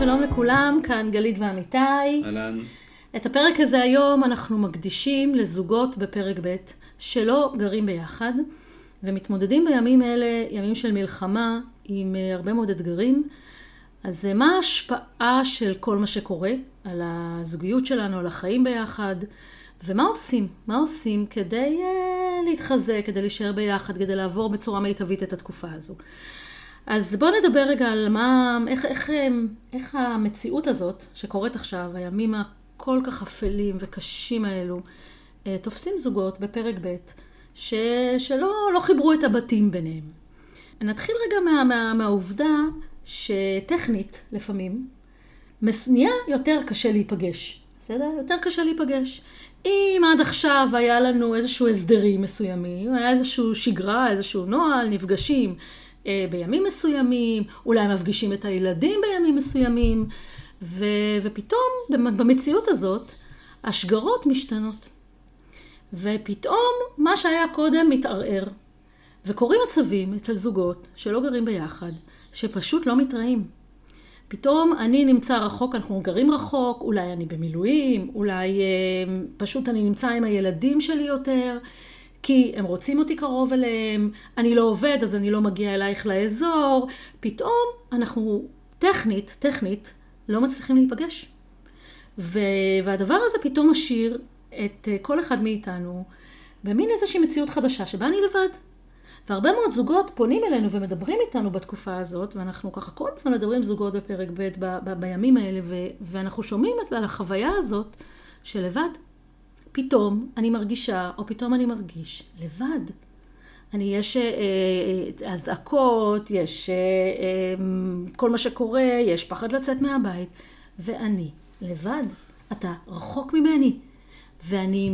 שלום לכולם, כאן גלית ועמיתי. אהלן. את הפרק הזה היום אנחנו מקדישים לזוגות בפרק ב' שלא גרים ביחד, ומתמודדים בימים אלה, ימים של מלחמה, עם הרבה מאוד אתגרים. אז מה ההשפעה של כל מה שקורה על הזוגיות שלנו, על החיים ביחד, ומה עושים? מה עושים כדי להתחזק, כדי להישאר ביחד, כדי לעבור בצורה מיטבית את התקופה הזו? אז בואו נדבר רגע על איך המציאות הזאת שקורית עכשיו, הימים הכל כך אפלים וקשים האלו, תופסים זוגות בפרק ב' שלא חיברו את הבתים ביניהם. נתחיל רגע מהעובדה שטכנית לפעמים נהיה יותר קשה להיפגש. בסדר? יותר קשה להיפגש. אם עד עכשיו היה לנו איזשהו הסדרים מסוימים, היה איזשהו שגרה, איזשהו נוהל, נפגשים בימים מסוימים, אולי מפגישים את הילדים בימים מסוימים, ופתאום במציאות הזאת השגרות משתנות. ופתאום מה שהיה קודם מתערער. וקורים מצבים אצל זוגות שלא גרים ביחד, שפשוט לא מתראים. פתאום אני נמצא רחוק, אנחנו גרים רחוק, אולי אני במילואים, אולי פשוט אני נמצא עם הילדים שלי יותר, כי הם רוצים אותי קרוב אליהם, אני לא עובד אז אני לא מגיע אלייך לאזור, פתאום אנחנו טכנית לא מצליחים להיפגש. והדבר הזה פתאום משאיר את כל אחד מאיתנו במין איזושהי מציאות חדשה שבה אני לבד. והרבה מאוד זוגות פונים אלינו ומדברים איתנו בתקופה הזאת, ואנחנו ככה כל הזמן מדברים זוגות בפרק ב' בימים האלה, ואנחנו שומעים על החוויה הזאת של לבד. פתאום אני מרגישה, או פתאום אני מרגיש לבד. יש הזעקות, יש כל מה שקורה, יש פחד לצאת מהבית, ואני לבד. אתה רחוק ממני. ואני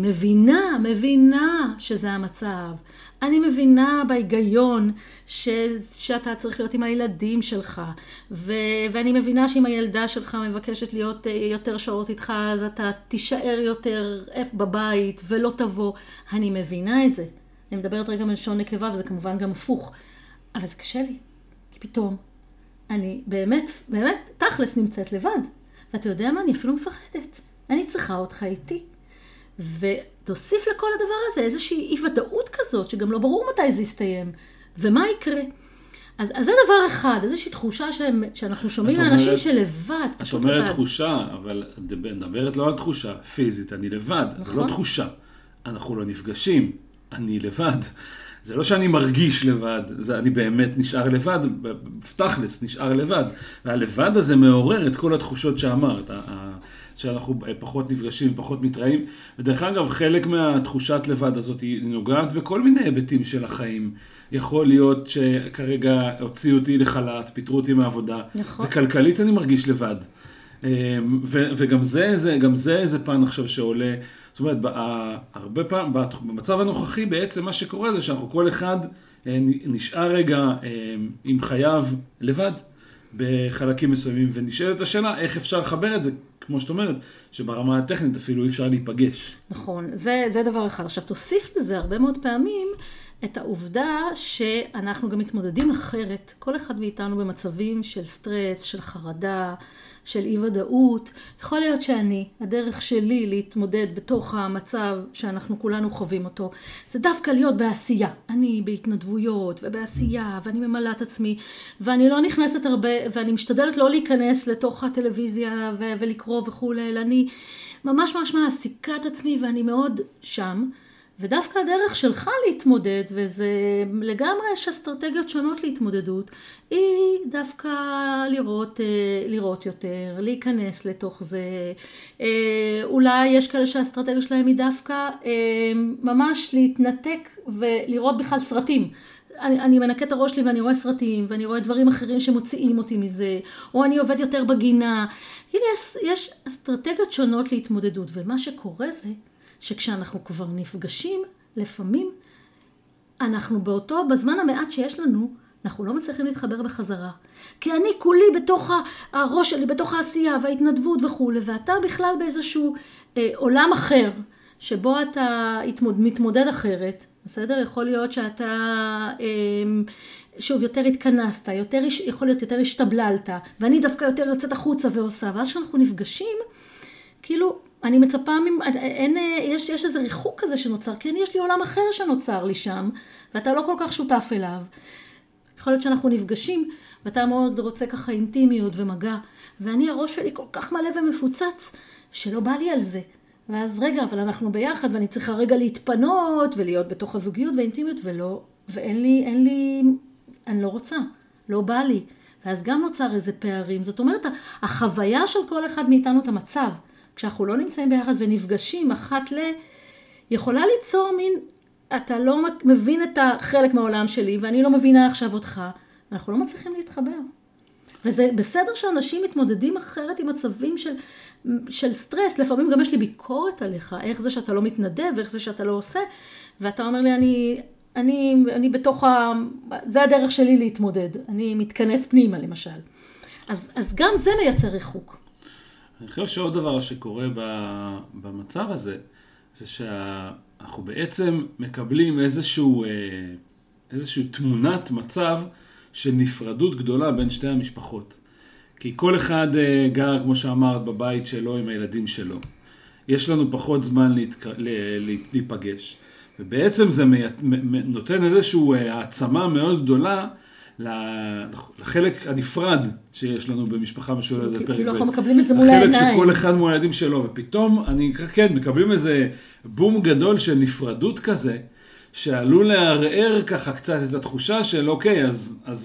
מבינה שזה המצב. אני מבינה בהיגיון שאתה צריך להיות עם הילדים שלך. ואני מבינה שאם הילדה שלך מבקשת להיות יותר שעות איתך, אז אתה תישאר יותר בבית ולא תבוא. אני מבינה את זה. אני מדברת רגע מלשון נקבה, וזה כמובן גם הפוך. אבל זה קשה לי. כי פתאום אני באמת תכלס נמצאת לבד. ואתה יודע מה? אני אפילו מפחדת. אני צריכה אותך איתי. ותוסיף לכל הדבר הזה איזושהי אי-ודאות כזאת, שגם לא ברור מתי זה יסתיים, ומה יקרה. אז זה דבר אחד, איזושהי תחושה שאנחנו שומעים לאנשים שלבד. את אומרת תחושה, אבל מדברת לא על תחושה פיזית, אני לבד, נכון? זה לא תחושה. אנחנו לא נפגשים, אני לבד. זה לא שאני מרגיש לבד, אני באמת נשאר לבד, תכלס נשאר לבד. והלבד הזה מעורר את כל התחושות שאמרת, שאנחנו פחות נפגשים, פחות מתראים. ודרך אגב, חלק מהתחושת לבד הזאת היא נוגעת בכל מיני היבטים של החיים. יכול להיות שכרגע הוציאו אותי לחל"ת, פיטרו אותי מהעבודה, נכון. וכלכלית אני מרגיש לבד. וגם זה איזה פן עכשיו שעולה. זאת אומרת, הרבה פעם, במצב הנוכחי בעצם מה שקורה זה שאנחנו כל אחד נשאר רגע עם חייו לבד בחלקים מסוימים, ונשאלת השאלה איך אפשר לחבר את זה, כמו שאת אומרת, שברמה הטכנית אפילו אי אפשר להיפגש. נכון, זה דבר אחד. עכשיו תוסיף לזה הרבה מאוד פעמים את העובדה שאנחנו גם מתמודדים אחרת, כל אחד מאיתנו במצבים של סטרס, של חרדה, של אי-ודאות. יכול להיות הדרך שלי להתמודד בתוך המצב שאנחנו כולנו חווים אותו, זה דווקא להיות בעשייה. אני בהתנדבויות ובעשייה, ואני ממלאה את עצמי, ואני לא נכנסת הרבה, ואני משתדלת לא להיכנס לתוך הטלוויזיה ולקרוא וכו', אלא אני ממש מעסיקה את עצמי, ואני מאוד שם. ודווקא הדרך שלך להתמודד, וזה לגמרי יש אסטרטגיות שונות להתמודדות, היא דווקא לראות יותר, להיכנס לתוך זה. אולי יש כאלה שהאסטרטגיה שלהם היא דווקא ממש להתנתק ולראות בכלל סרטים. אני מנקה את הראש שלי ואני רואה סרטים, ואני רואה דברים אחרים שמוציאים אותי מזה, או אני עובד יותר בגינה. יש אסטרטגיות שונות להתמודדות, ומה שקורה זה, שכשאנחנו כבר נפגשים, לפעמים אנחנו בזמן המעט שיש לנו, אנחנו לא מצליחים להתחבר בחזרה. כי אני כולי בתוך הראש שלי, בתוך העשייה וההתנדבות וכו', ואתה בכלל באיזשהו עולם אחר, שבו אתה מתמודד אחרת. בסדר? יכול להיות שאתה שוב, יותר התכנסת, יכול להיות יותר השתבללת, ואני דווקא יותר יוצאת החוצה ועושה, ואז כשאנחנו נפגשים, כאילו, אני מצפה, יש איזה ריחוק כזה שנוצר, כי יש לי עולם אחר שנוצר לי שם, ואתה לא כל כך שותף אליו. יכול להיות שאנחנו נפגשים, ואתה מאוד רוצה ככה אינטימיות ומגע, ואני הראש שלי כל כך מלא ומפוצץ, שלא בא לי על זה. ואז רגע, אבל אנחנו ביחד, ואני צריכה רגע להתפנות, ולהיות בתוך הזוגיות והאינטימיות, ואין לי, אני לא רוצה, לא בא לי. ואז גם נוצר איזה פערים. זאת אומרת, החוויה של כל אחד מאיתנו את המצב, כשאנחנו לא נמצאים ביחד ונפגשים אחת יכולה ליצור מין, אתה לא מבין את החלק מהעולם שלי, ואני לא מבינה עכשיו אותך. אנחנו לא מצליחים להתחבר. וזה בסדר שאנשים מתמודדים אחרת עם מצבים של סטרס. לפעמים גם יש לי ביקורת עליך, איך זה שאתה לא מתנדב, איך זה שאתה לא עושה. ואתה אומר לי, אני בתוך זה הדרך שלי להתמודד. אני מתכנס פנימה למשל. אז גם זה מייצר ריחוק. אני חושב שעוד דבר שקורה במצב הזה, זה שאנחנו בעצם מקבלים איזשהו תמונת מצב של נפרדות גדולה בין שתי המשפחות. כי כל אחד גר, כמו שאמרת, בבית שלו עם הילדים שלו. יש לנו פחות זמן להיפגש. ובעצם זה נותן איזשהו העצמה מאוד גדולה לחלק הנפרד שיש לנו במשפחה משולדת פרק. כאילו אנחנו מקבלים את זה מול העיניים. החלק שכל אחד מול הילדים שלו, ופתאום מקבלים איזה בום גדול של נפרדות כזה, שעלול לערער ככה קצת את התחושה של אוקיי, אז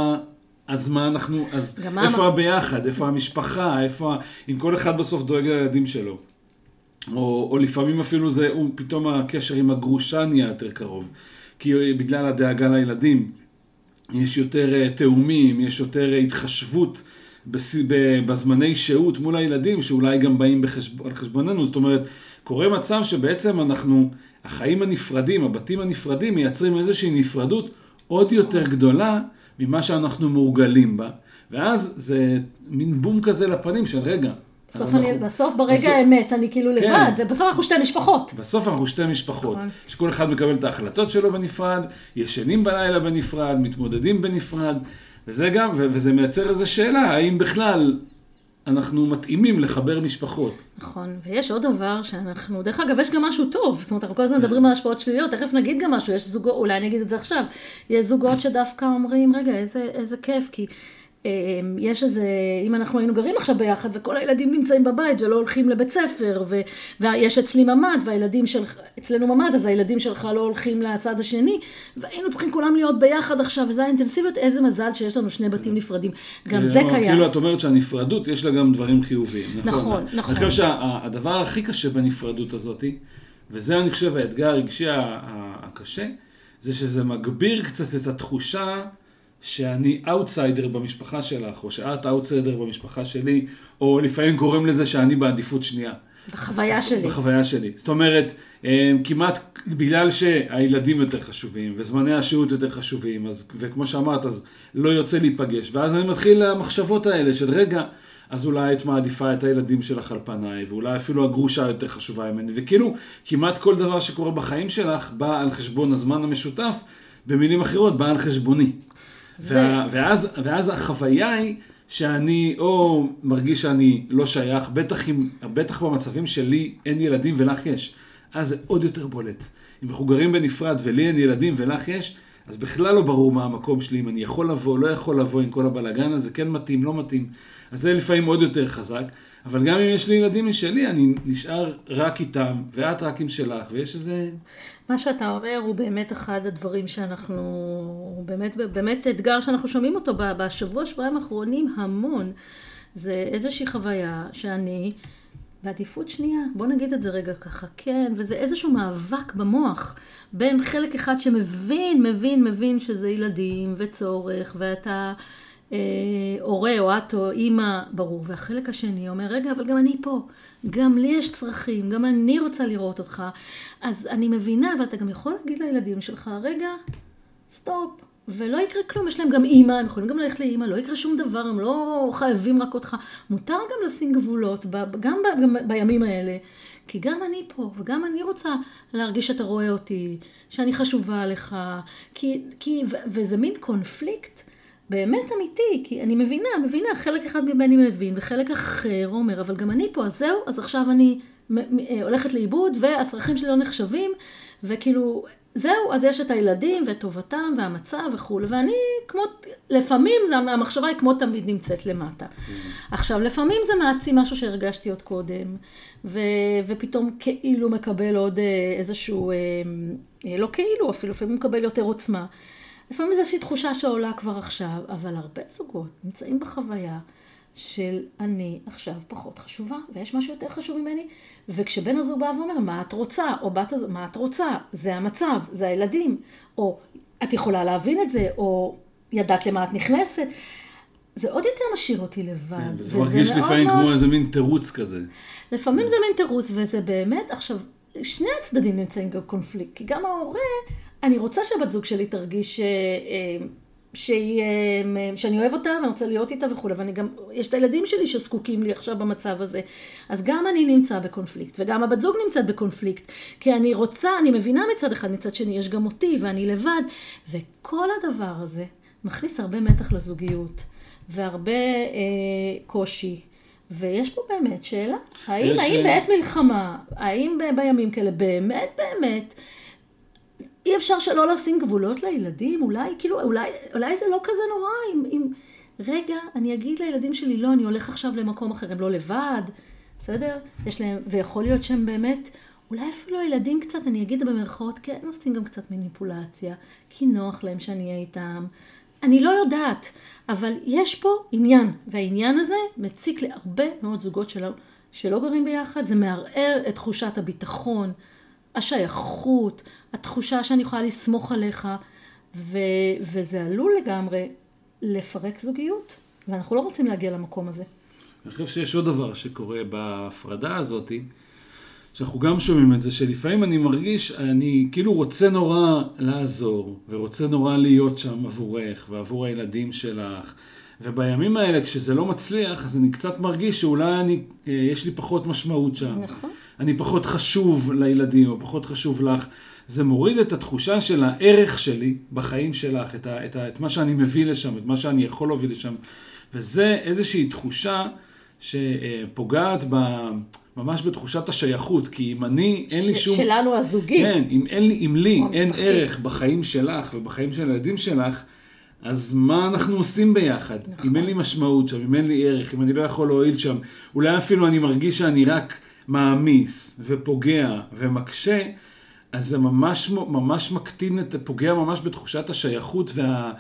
מה אנחנו, אז איפה הביחד, איפה המשפחה, אם כל אחד בסוף דואג לילדים שלו. או לפעמים אפילו פתאום הקשר עם הגרושה נהיה יותר קרוב. כי בגלל הדאגה לילדים, יש יותר תאומים, יש יותר התחשבות בזמני שהות מול הילדים, שאולי גם באים על חשבוננו. זאת אומרת, קורה מצב שבעצם החיים הנפרדים, הבתים הנפרדים, מייצרים איזושהי נפרדות עוד יותר גדולה ממה שאנחנו מורגלים בה. ואז זה מין בום כזה לפנים של רגע. בסוף ברגע האמת אני כאילו לבד, ובסוף אנחנו שתי משפחות. בסוף אנחנו שתי משפחות. שכל אחד מקבל את ההחלטות שלו בנפרד, ישנים בלילה בנפרד, מתמודדים בנפרד, וזה מייצר איזו שאלה, האם בכלל אנחנו מתאימים לחבר משפחות. נכון, ויש עוד דבר שאנחנו, דרך אגב, יש גם משהו טוב, זאת אומרת, אנחנו כל הזמן מדברים על השפעות שליליות, תכף נגיד גם משהו, יש זוגות, אולי נגיד את זה עכשיו, יש זוגות שדווקא אומרים, רגע, איזה כיף, כי יש איזה, אם אנחנו היינו גרים עכשיו ביחד, וכל הילדים נמצאים בבית ולא הולכים לבית ספר, ויש אצלי ממד, אצלנו ממד, אז הילדים שלך לא הולכים לצד השני, והיינו צריכים כולם להיות ביחד עכשיו, וזה האינטנסיביות, איזה מזל שיש לנו שני בתים נפרדים. גם זה קיים. כאילו את אומרת שהנפרדות יש לה גם דברים חיוביים. נכון. אני חושב שהדבר הכי קשה בנפרדות הזאת, וזה אני חושב האתגר הרגשי הקשה, זה שזה מגביר קצת את התחושה שאני אאוטסיידר במשפחה שלך, או שאת אאוטסיידר במשפחה שלי, או לפעמים קוראים לזה שאני בעדיפות שנייה. בחוויה שלי. זאת אומרת, כמעט בגלל שהילדים יותר חשובים, וזמני השהות יותר חשובים, וכמו שאמרת, אז לא יוצא להיפגש. ואז אני מתחיל למחשבות האלה של רגע, אז אולי את מעדיפה את הילדים שלך על פניי, ואולי אפילו הגרושה יותר חשובה ממני, וכאילו כמעט כל דבר שקורה בחיים שלך בא על חשבון הזמן המשותף, במילים אחרות בא על חשבוני. ואז החוויה היא שאני או מרגיש שאני לא שייך, בטח במצבים שלי אין ילדים ולך יש. אז זה עוד יותר בולט. אם אנחנו גרים בנפרד ולי אין ילדים ולך יש, אז בכלל לא ברור מה המקום שלי, אם אני יכול לבוא, לא יכול לבוא עם כל הבלגן הזה, כן מתאים, לא מתאים. אז זה לפעמים עוד יותר חזק. אבל גם אם יש לי ילדים משלי, אני נשאר רק איתם, ואת רק עם שלך, ויש איזה... מה שאתה אומר הוא באמת אחד הדברים שאנחנו, הוא באמת אתגר שאנחנו שומעים אותו שבועיים האחרונים המון. זה איזושהי חוויה שאני בעדיפות שנייה, בוא נגיד את זה רגע ככה, כן, וזה איזשהו מאבק במוח בין חלק אחד שמבין שזה ילדים וצורך, ואתה הורה או את או אימא, ברור, והחלק השני אומר, רגע, אבל גם אני פה, גם לי יש צרכים, גם אני רוצה לראות אותך, אז אני מבינה, ואתה גם יכול להגיד לילדים שלך, רגע, סטופ, ולא יקרה כלום, יש להם גם אימא, הם יכולים גם ללכת לאימא, לא יקרה שום דבר, הם לא חייבים רק אותך, מותר גם לשים גבולות, גם בימים האלה, כי גם אני פה, וגם אני רוצה להרגיש שאתה רואה אותי, שאני חשובה לך, וזה מין קונפליקט באמת אמיתי, כי אני מבינה, חלק אחד מבני מבין, וחלק אחר אומר, אבל גם אני פה, אז זהו, אז עכשיו אני הולכת לאיבוד, והצרכים שלי לא נחשבים, וכאילו, זהו, אז יש את הילדים, ואת טובתם, והמצב וכו', ואני לפעמים המחשבה היא כמו תמיד נמצאת למטה. עכשיו, לפעמים זה מעצים משהו שהרגשתי עוד קודם, ופתאום כאילו מקבל עוד איזשהו, לא כאילו, אפילו לפעמים מקבל יותר עוצמה. לפעמים זו איזושהי תחושה שעולה כבר עכשיו, אבל הרבה זוגות נמצאים בחוויה של אני עכשיו פחות חשובה, ויש משהו יותר חשוב ממני, וכשבן הזוג בא ואומר, מה את רוצה? או בת הזוג, מה את רוצה? זה המצב, זה הילדים, או את יכולה להבין את זה, או ידעת למה את נכנסת. זה עוד יותר משאיר אותי לבד. זה מרגיש לפעמים כמו איזה מין תירוץ כזה. לפעמים זה מין תירוץ, וזה באמת, עכשיו, שני הצדדים נמצאים גם קונפליקט, כי גם ההורה, אני רוצה שהבת זוג שלי תרגיש שאני אוהב אותה ואני רוצה להיות איתה וכו', ואני גם, יש את הילדים שלי שזקוקים לי עכשיו במצב הזה, אז גם אני נמצא בקונפליקט, וגם הבת זוג נמצאת בקונפליקט, כי אני רוצה, אני מבינה מצד אחד, מצד שני יש גם אותי ואני לבד, וכל הדבר הזה מכניס הרבה מתח לזוגיות, והרבה קושי, ויש פה באמת שאלה, האם בעת מלחמה, האם בימים כאלה באמת, אי אפשר שלא לשים גבולות לילדים, אולי זה לא כזה נורא, אם רגע, אני אגיד לילדים שלי, לא, אני הולך עכשיו למקום אחר, הם לא לבד, בסדר? יש להם, ויכול להיות שהם באמת, אולי אפילו הילדים קצת, אני אגיד במרכאות, כן, עושים גם קצת מניפולציה, כי נוח להם שאני אהיה איתם, אני לא יודעת, אבל יש פה עניין, והעניין הזה מציק להרבה מאוד זוגות שלא גרים ביחד, זה מערער את תחושת הביטחון, השייכות, התחושה שאני יכולה לסמוך עליך, וזה עלול לגמרי לפרק זוגיות, ואנחנו לא רוצים להגיע למקום הזה. אני חושב שיש עוד דבר שקורה בהפרדה הזאת, שאנחנו גם שומעים את זה, שלפעמים אני מרגיש, אני כאילו רוצה נורא לעזור, ורוצה נורא להיות שם עבורך, ועבור הילדים שלך, ובימים האלה כשזה לא מצליח, אז אני קצת מרגיש שאולי יש לי פחות משמעות שם. נכון. אני פחות חשוב לילדים, או פחות חשוב לך. זה מוריד את התחושה של הערך שלי בחיים שלך, את מה שאני מביא לשם, את מה שאני יכול להביא לשם. וזה איזושהי תחושה שפוגעת ממש בתחושת השייכות, כי אם אני, אין לי שום... שלנו הזוגים. כן, אם לי אין ערך בחיים שלך ובחיים של הילדים שלך, אז מה אנחנו עושים ביחד? נכון. אם אין לי משמעות שם, אם אין לי ערך, אם אני לא יכול להועיל שם, אולי אפילו אני מרגיש שאני רק מעמיס ופוגע ומקשה, אז זה ממש מקטין, פוגע ממש בתחושת השייכות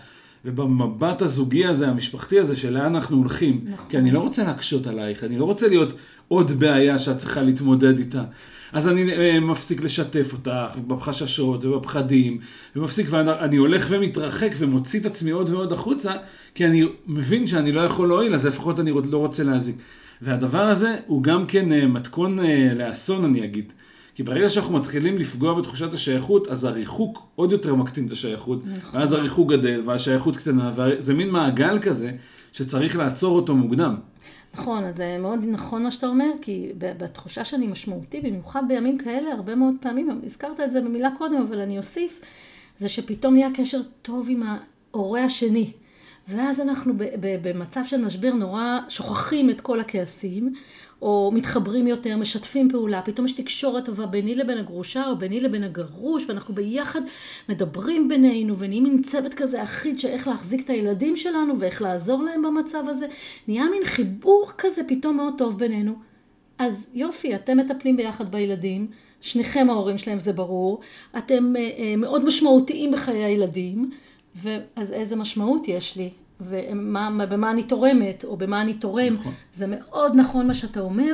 ובמבט הזוגי הזה, המשפחתי הזה, שלאן אנחנו הולכים. נכון. כי אני לא רוצה להקשות עלייך, אני לא רוצה להיות עוד בעיה שאת צריכה להתמודד איתה. אז אני מפסיק לשתף אותך בחששות ובפחדים, ומפסיק ואני הולך ומתרחק ומוציא את עצמי עוד ועוד החוצה, כי אני מבין שאני לא יכול להועיל, אז לפחות אני לא רוצה להזיק. והדבר הזה הוא גם כן מתכון לאסון, אני אגיד. כי ברגע שאנחנו מתחילים לפגוע בתחושת השייכות, אז הריחוק עוד יותר מקטין את השייכות, נכון. ואז הריחוק גדל והשייכות קטנה, וזה מין מעגל כזה שצריך לעצור אותו מוקדם. נכון, אז זה מאוד נכון מה שאתה אומר, כי בתחושה שאני משמעותי, במיוחד בימים כאלה, הרבה מאוד פעמים, הזכרת את זה במילה קודם, אבל אני אוסיף, זה שפתאום נהיה קשר טוב עם ההורה השני. ואז אנחנו במצב של משבר נורא שוכחים את כל הכעסים, או מתחברים יותר, משתפים פעולה, פתאום יש תקשורת טובה ביני לבין הגרושה, או ביני לבין הגרוש, ואנחנו ביחד מדברים בינינו, ונהיים מין צוות כזה אחיד, שאיך להחזיק את הילדים שלנו, ואיך לעזור להם במצב הזה, נהיה מין חיבור כזה פתאום מאוד טוב בינינו. אז יופי, אתם מטפלים ביחד בילדים, שניכם ההורים שלהם זה ברור, אתם מאוד משמעותיים בחיי הילדים, ואז איזה משמעות יש לי? ובמה אני תורמת, או במה אני תורם, נכון. זה מאוד נכון מה שאתה אומר,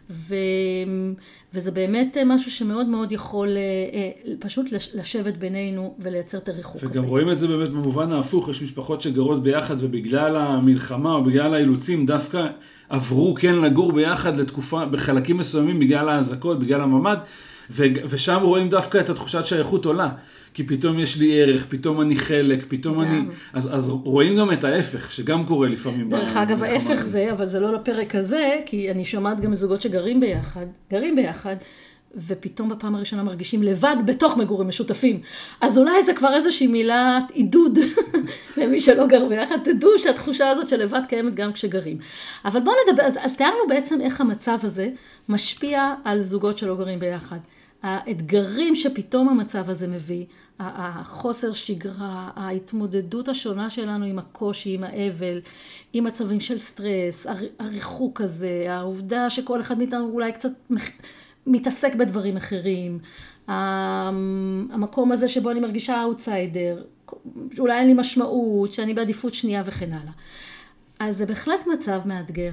וזה באמת משהו שמאוד מאוד יכול פשוט לשבת בינינו ולייצר את הריחוק הזה. וגם רואים את זה באמת במובן ההפוך, יש משפחות שגרות ביחד, ובגלל המלחמה או בגלל האילוצים דווקא עברו כן לגור ביחד לתקופה, בחלקים מסוימים בגלל ההזקות, בגלל הממד, ושם רואים דווקא את התחושת שייכות עולה. כי פתאום יש לי ערך, פתאום אני חלק, פתאום אני... אז רואים גם את ההפך, שגם קורה לפעמים. דרך אגב, ההפך זה, אבל זה לא לפרק הזה, כי אני שומעת גם זוגות שגרים ביחד, ופתאום בפעם הראשונה מרגישים לבד בתוך מגורים משותפים. אז אולי זה כבר איזושהי מילת עידוד למי שלא גר ביחד, תדעו שהתחושה הזאת של לבד קיימת גם כשגרים. אבל בואו נדבר, אז תיארנו בעצם איך המצב הזה משפיע על זוגות שלא גרים ביחד. האתגרים שפתאום המצב הזה מביא, החוסר שגרה, ההתמודדות השונה שלנו עם הקושי, עם האבל, עם מצבים של סטרס, הריחוק הזה, העובדה שכל אחד מאיתנו אולי קצת מתעסק בדברים אחרים, המקום הזה שבו אני מרגישה אאוטסיידר, אולי אין לי משמעות, שאני בעדיפות שנייה וכן הלאה. אז זה בהחלט מצב מאתגר,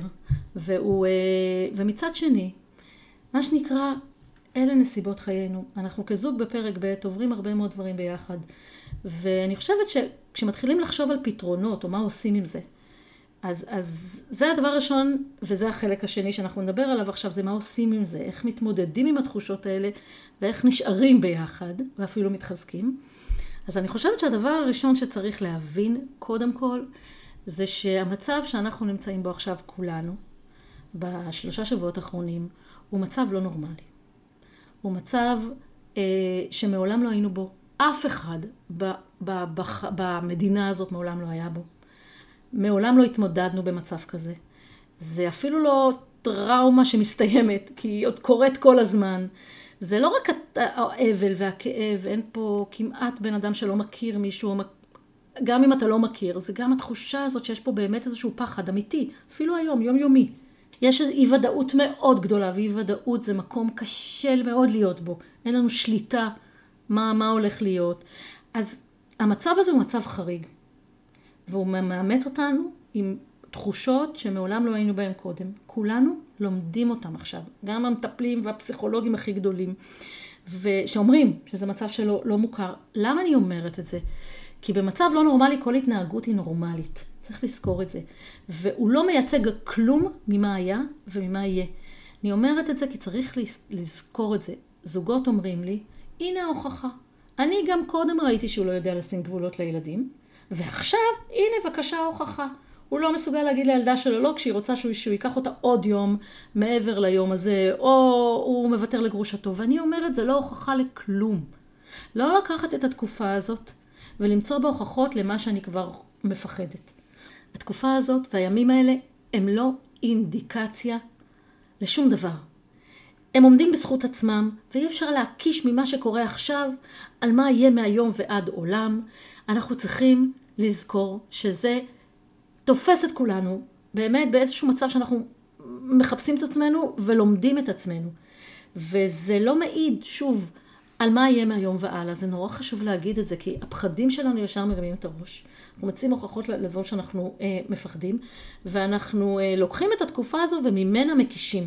ומצד שני, מה שנקרא, אלה נסיבות חיינו. אנחנו כזוג בפרק ב' עוברים הרבה מאוד דברים ביחד. ואני חושבת שכשמתחילים לחשוב על פתרונות או מה עושים עם זה, אז זה הדבר הראשון, וזה החלק השני שאנחנו נדבר עליו עכשיו, זה מה עושים עם זה, איך מתמודדים עם התחושות האלה, ואיך נשארים ביחד, ואפילו מתחזקים. אז אני חושבת שהדבר הראשון שצריך להבין, קודם כל, זה שהמצב שאנחנו נמצאים בו עכשיו כולנו, בשלושה שבועות האחרונים, הוא מצב לא נורמלי. הוא מצב שמעולם לא היינו בו. אף אחד במדינה הזאת מעולם לא היה בו. מעולם לא התמודדנו במצב כזה. זה אפילו לא טראומה שמסתיימת, כי היא עוד קורית כל הזמן. זה לא רק האבל והכאב, אין פה כמעט בן אדם שלא מכיר מישהו, גם אם אתה לא מכיר, זה גם התחושה הזאת שיש פה באמת איזשהו פחד אמיתי, אפילו היום, יומיומי. יש אי ודאות מאוד גדולה, ואי ודאות זה מקום קשה מאוד להיות בו. אין לנו שליטה מה הולך להיות. אז המצב הזה הוא מצב חריג. והוא מאמת אותנו עם תחושות שמעולם לא היינו בהם קודם. כולנו לומדים אותם עכשיו. גם המטפלים והפסיכולוגים הכי גדולים. ושאומרים שזה מצב שלא לא מוכר. למה אני אומרת את זה? כי במצב לא נורמלי כל התנהגות היא נורמלית. צריך לזכור את זה. והוא לא מייצג כלום ממה היה וממה יהיה. אני אומרת את זה כי צריך לזכור את זה. זוגות אומרים לי, הנה ההוכחה. אני גם קודם ראיתי שהוא לא יודע לשים גבולות לילדים, ועכשיו, הנה בבקשה ההוכחה. הוא לא מסוגל להגיד לילדה שלו לא, כשהיא רוצה שהוא ייקח אותה עוד יום מעבר ליום הזה, או הוא מוותר לגרושתו. ואני אומרת, זה לא הוכחה לכלום. לא לקחת את התקופה הזאת ולמצוא בהוכחות למה שאני כבר מפחדת. התקופה הזאת והימים האלה הם לא אינדיקציה לשום דבר. הם עומדים בזכות עצמם, ואי אפשר להקיש ממה שקורה עכשיו על מה יהיה מהיום ועד עולם. אנחנו צריכים לזכור שזה תופס את כולנו, באמת באיזשהו מצב שאנחנו מחפשים את עצמנו ולומדים את עצמנו. וזה לא מעיד, שוב, על מה יהיה מהיום והלאה. זה נורא חשוב להגיד את זה, כי הפחדים שלנו ישר מרימים את הראש. אנחנו מציעים הוכחות לדברים שאנחנו מפחדים, ואנחנו לוקחים את התקופה הזו וממנה מקישים.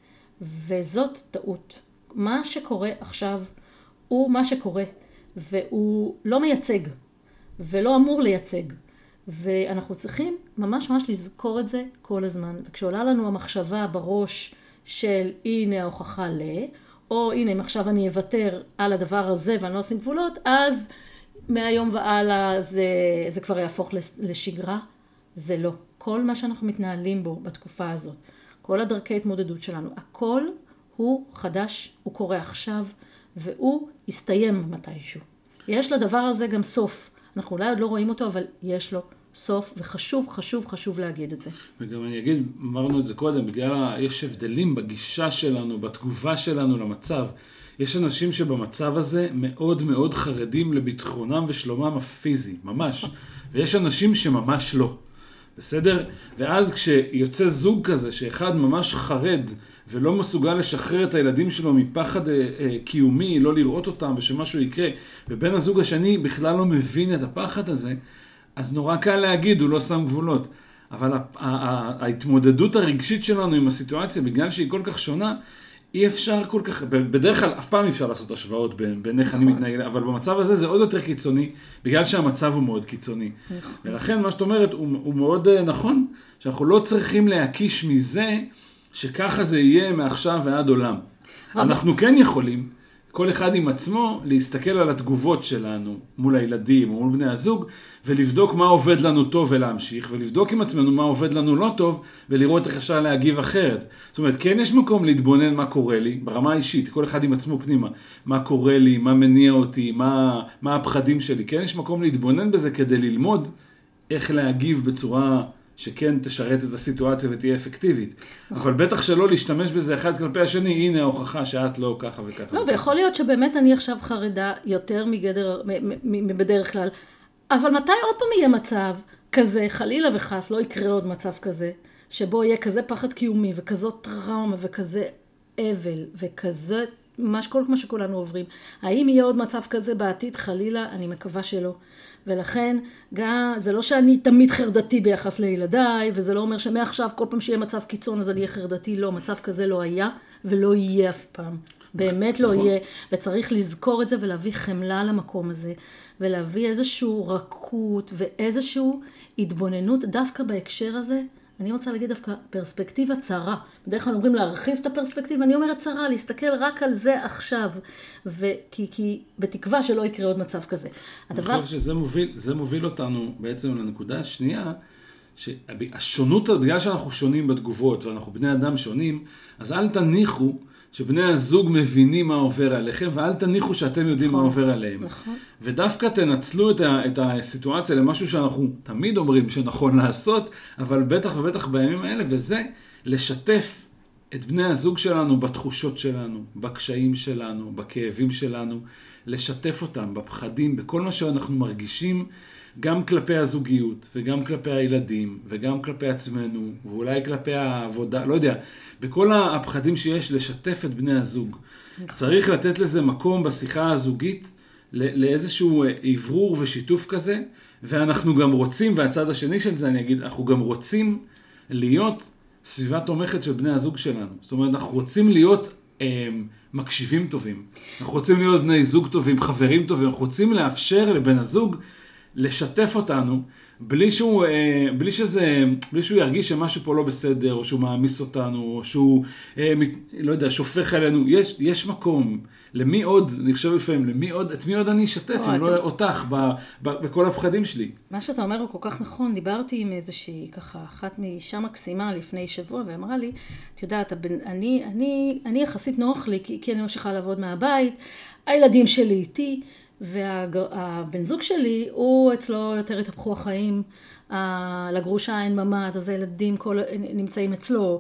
וזאת טעות. מה שקורה עכשיו הוא מה שקורה, והוא לא מייצג, ולא אמור לייצג. ואנחנו צריכים ממש לזכור את זה כל הזמן. וכשעולה לנו המחשבה בראש של הנה ההוכחה או הנה אם עכשיו אני אוותר על הדבר הזה ואני לא עושים גבולות, אז מהיום והלאה זה כבר יהפוך לשגרה. זה לא. כל מה שאנחנו מתנהלים בו בתקופה הזאת, כל הדרכי התמודדות שלנו, הכל הוא חדש, הוא קורה עכשיו, והוא יסתיים מתישהו. יש לדבר הזה גם סוף. אנחנו אולי עוד לא רואים אותו, אבל יש לו סוף, וחשוב להגיד את זה. וגם אני אגיד, אמרנו את זה קודם, בגלל יש הבדלים בגישה שלנו, בתגובה שלנו למצב. יש אנשים שבמצב הזה מאוד מאוד חרדים לביטחונם ושלומם הפיזי, ממש. ויש אנשים שממש לא. בסדר? ואז כשיוצא זוג כזה, שאחד ממש חרד, ולא מסוגל לשחרר את הילדים שלו מפחד קיומי, לא לראות אותם ושמשהו יקרה, ובין הזוג השני בכלל לא מבין את הפחד הזה, אז נורא קל להגיד, הוא לא שם גבולות. אבל ההתמודדות הרגשית שלנו עם הסיטואציה, בגלל שהיא כל כך שונה, אי אפשר כל כך, בדרך כלל אף פעם אי אפשר לעשות השוואות בין איך אני מתנהג, אבל במצב הזה זה עוד יותר קיצוני, בגלל שהמצב הוא מאוד קיצוני. ולכן מה שאת אומרת הוא מאוד נכון, שאנחנו לא צריכים להקיש מזה, שככה זה יהיה מעכשיו ועד עולם. אנחנו כן יכולים כל אחד עם עצמו, להסתכל על התגובות שלנו מול הילדים או מול בני הזוג, ולבדוק מה עובד לנו טוב ולהמשיך, ולבדוק עם עצמנו מה עובד לנו לא טוב, ולראות איך אפשר להגיב אחרת. זאת אומרת, כן יש מקום להתבונן מה קורה לי, ברמה האישית, כל אחד עם עצמו פנימה, מה קורה לי, מה מניע אותי, מה הפחדים שלי. כן יש מקום להתבונן בזה כדי ללמוד איך להגיב בצורה שכן תשרת את הסיטואציה ותהיה אפקטיבית. אבל בטח שלא להשתמש בזה אחד כלפי השני, הנה ההוכחה שאת לא ככה וככה. לא, ויכול להיות שבאמת אני עכשיו חרדה יותר מבדרך כלל. אבל מתי עוד פעם יהיה מצב כזה, חלילה וחס, לא יקרה עוד מצב כזה, שבו יהיה כזה פחד קיומי וכזאת טראומה וכזה אבל וכזה, כל מה שכולנו עוברים. האם יהיה עוד מצב כזה בעתיד? חלילה, אני מקווה שלא. ולכן, זה לא שאני תמיד חרדתי ביחס לילדיי, וזה לא אומר שמעכשיו כל פעם שיהיה מצב קיצון אז אני אהיה חרדתי. לא, מצב כזה לא היה ולא יהיה אף פעם. באמת לא יהיה, וצריך לזכור את זה ולהביא חמלה למקום הזה, ולהביא איזשהו רכות ואיזשהו התבוננות דווקא בהקשר הזה. אני רוצה להגיד דווקא פרספקטיבה צרה. בדרך כלל אומרים להרחיב את הפרספקטיבה, אני אומרת צרה, להסתכל רק על זה עכשיו, כי בתקווה שלא יקרה עוד מצב כזה. אני חושב שזה מוביל אותנו בעצם לנקודה השנייה, שהשונות, בגלל שאנחנו שונים בתגובות ואנחנו בני אדם שונים, אז אל תניחו שבני הזוג מבינים מה עובר עליכם, ואל תניחו שאתם יודעים מה עובר עליהם. ודווקא תנצלו את הסיטואציה למשהו שאנחנו תמיד אומרים שנכון לעשות, אבל בטח ובטח בימים האלה, וזה לשתף את בני הזוג שלנו בתחושות שלנו, בקשיים שלנו, בכאבים שלנו, לשתף אותם בפחדים, בכל מה שאנחנו מרגישים, גם כלפי הזוגיות, וגם כלפי הילדים, וגם כלפי עצמנו, ואולי כלפי העבודה, לא יודע, בכל הפחדים שיש, לשתף את בני הזוג. צריך לתת לזה מקום בשיחה הזוגית, לאיזשהו עברור ושיתוף כזה, ואנחנו גם רוצים, והצד השני של זה אני אגיד, אנחנו גם רוצים להיות סביבה תומכת של בני הזוג שלנו. זאת אומרת, אנחנו רוצים להיות מקשיבים טובים. אנחנו רוצים להיות בני זוג טובים, חברים טובים, אנחנו רוצים לאפשר לבן הזוג לשתף אותנו, בלי שהוא ירגיש שמשהו פה לא בסדר, או שהוא מעמיס אותנו, או שהוא, לא יודע, שופך עלינו. יש מקום. למי עוד, אני חושב לפעמים, את מי עוד אני אשתף, אם לא אותך, בכל הפחדים שלי. מה שאתה אומר הוא כל כך נכון. דיברתי עם איזושהי, ככה, אחת מאישה מקסימה לפני שבוע, ואמרה לי, את יודעת, אני יחסית נוח לי, כי אני ממשיכה לעבוד מהבית, הילדים שלי איתי, והבן זוג שלי, הוא אצלו יותר התהפכו החיים, לגרושה אין ממד, אז הילדים נמצאים אצלו,